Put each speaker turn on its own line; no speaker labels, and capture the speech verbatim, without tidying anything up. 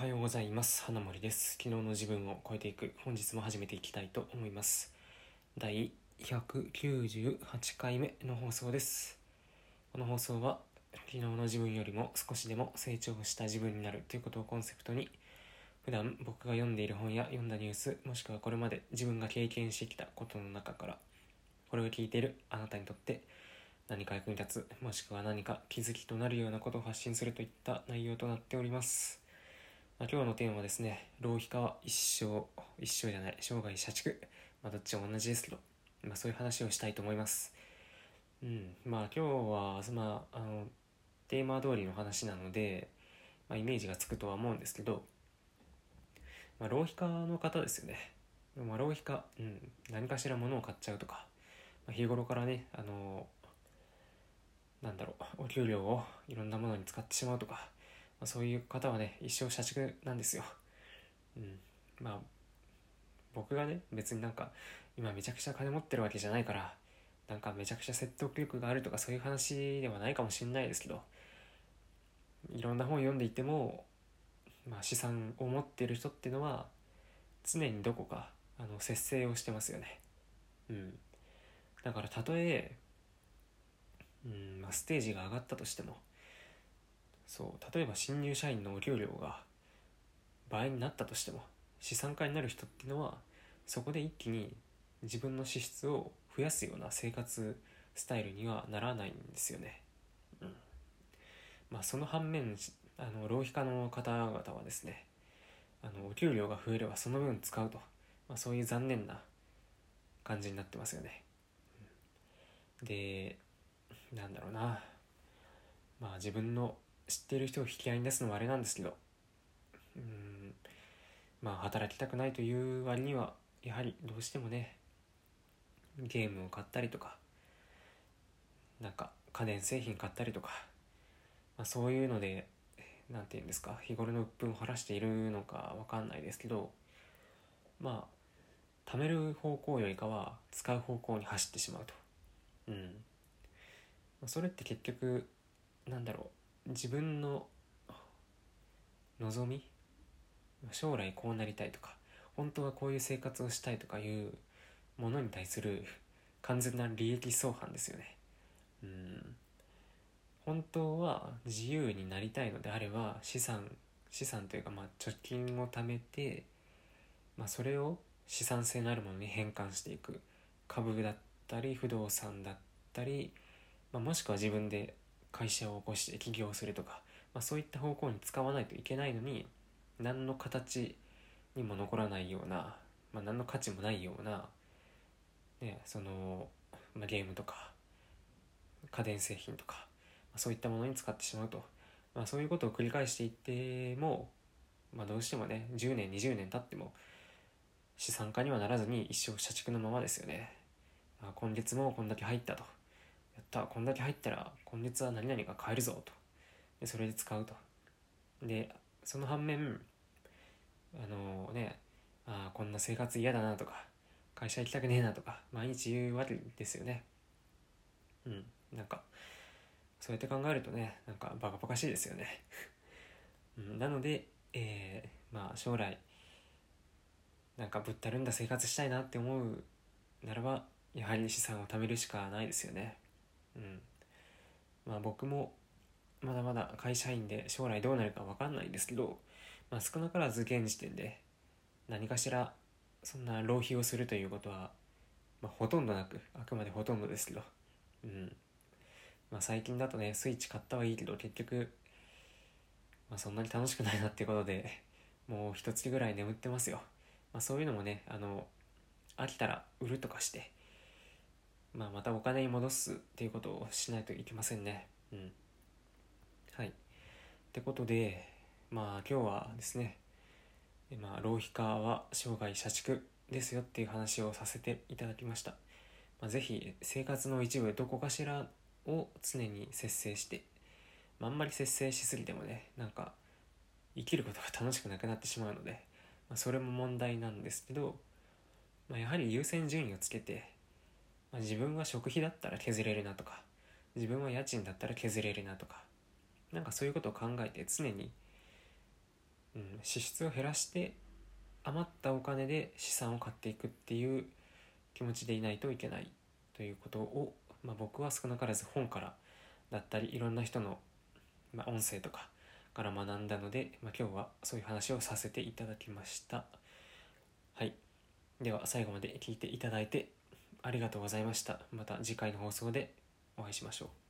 はようございます。花森です。昨日の自分を超えていく、本日も始めていきたいと思います。だいひゃくきゅうじゅうはちかいめの放送です。この放送は昨日の自分よりも少しでも成長した自分になるということをコンセプトに、普段僕が読んでいる本や読んだニュース、もしくはこれまで自分が経験してきたことの中から、これを聞いているあなたにとって何か役に立つ、もしくは何か気づきとなるようなことを発信するといった内容となっております。まあ、今日のテーマはですね、浪費家は一生、一生じゃない、生涯社畜。まあ、どっちも同じですけど、まあ、そういう話をしたいと思います。うん、まあ今日は、まあ、あの、テーマ通りの話なので、まあ、イメージがつくとは思うんですけど、まあ、浪費家の方ですよね。まあ、浪費家、うん、何かしら物を買っちゃうとか、まあ、日頃からね、あの、なんだろう、お給料をいろんなものに使ってしまうとか、まあ、そういう方はね、一生社畜なんですよ。うん、まあ僕がね別になんか今めちゃくちゃ金持ってるわけじゃないからなんかめちゃくちゃ説得力があるとかそういう話ではないかもしれないですけど、いろんな本読んでいても、まあ、資産を持ってる人っていうのは常にどこかあの節制をしてますよね。うん、だからたとえ、うんまあ、ステージが上がったとしても、そう例えば新入社員のお給料が倍になったとしても、資産家になる人っていうのはそこで一気に自分の支出を増やすような生活スタイルにはならないんですよね。うん、まあその反面、あの浪費家の方々はですね、あのお給料が増えればその分使うと、まあ、そういう残念な感じになってますよね。で、なんだろうな、まあ自分の知っている人を引き合いに出すのもあれなんですけど、うん、まあ働きたくないという割にはやはりどうしてもね、ゲームを買ったりとか、なんか家電製品買ったりとか、まあ、そういうのでなんていうんですか、日頃の鬱憤を晴らしているのかわかんないですけど、まあ貯める方向よりかは使う方向に走ってしまうと。うんそれって結局なんだろう、自分の望み、将来こうなりたいとか本当はこういう生活をしたいとかいうものに対する完全な利益相反ですよね。うん本当は自由になりたいのであれば資産資産というか、まあ貯金を貯めて、まあ、それを資産性のあるものに変換していく、株だったり不動産だったり、まあ、もしくは自分で会社を起こして起業するとか、まあ、そういった方向に使わないといけないのに、何の形にも残らないような、まあ、何の価値もないような、ね、その、まあ、ゲームとか家電製品とかそういったものに使ってしまうと、まあ、そういうことを繰り返していっても、まあ、どうしてもねじゅうねんにじゅうねん経っても資産家にはならずに一生社畜のままですよね。あ今月もこんだけ入ったと、やったこんだけ入ったら今月は何々が買えるぞと、でそれで使うと。でその反面あのねあこんな生活嫌だなとか会社行きたくねえなとか毎日言うわけですよね。うんなんかそうやって考えるとね、なんかバカバカしいですよね。うん、なので、えー、まあ将来なんかぶったるんだ生活したいなって思うならば、やはり資産を貯めるしかないですよね。うん。まあ僕もまだまだ会社員で将来どうなるか分かんないんですけど、まあ少なからず現時点で何かしらそんな浪費をするということは、まあ、ほとんどなく、あくまでほとんどですけど、うん。まあ最近だとね、スイッチ買ったはいいけど結局まあ、そんなに楽しくないなっていうことでもう一月ぐらい眠ってますよ。まあ、そういうのもね、あの飽きたら売るとかして、まあ、またお金に戻すっていうことをしないといけませんね。うんはいってことで、まあ今日はですね、まあ、浪費家は生涯社畜ですよっていう話をさせていただきました。まあ、ぜひ生活の一部どこかしらを常に節制して、まあ、あんまり節制しすぎてもね、なんか生きることが楽しくなくなってしまうので、まあ、それも問題なんですけど、まあ、やはり優先順位をつけて、まあ、自分は食費だったら削れるなとか、自分は家賃だったら削れるなとか、なんかそういうことを考えて常にうん、支出を減らして余ったお金で資産を買っていくっていう気持ちでいないといけないということを、まあ、僕は少なからず本からだったりいろんな人の、まあ、音声とかから学んだので、まあ、今日はそういう話をさせていただきました。はい、では最後まで聞いていただいてありがとうございました。また次回の放送でお会いしましょう。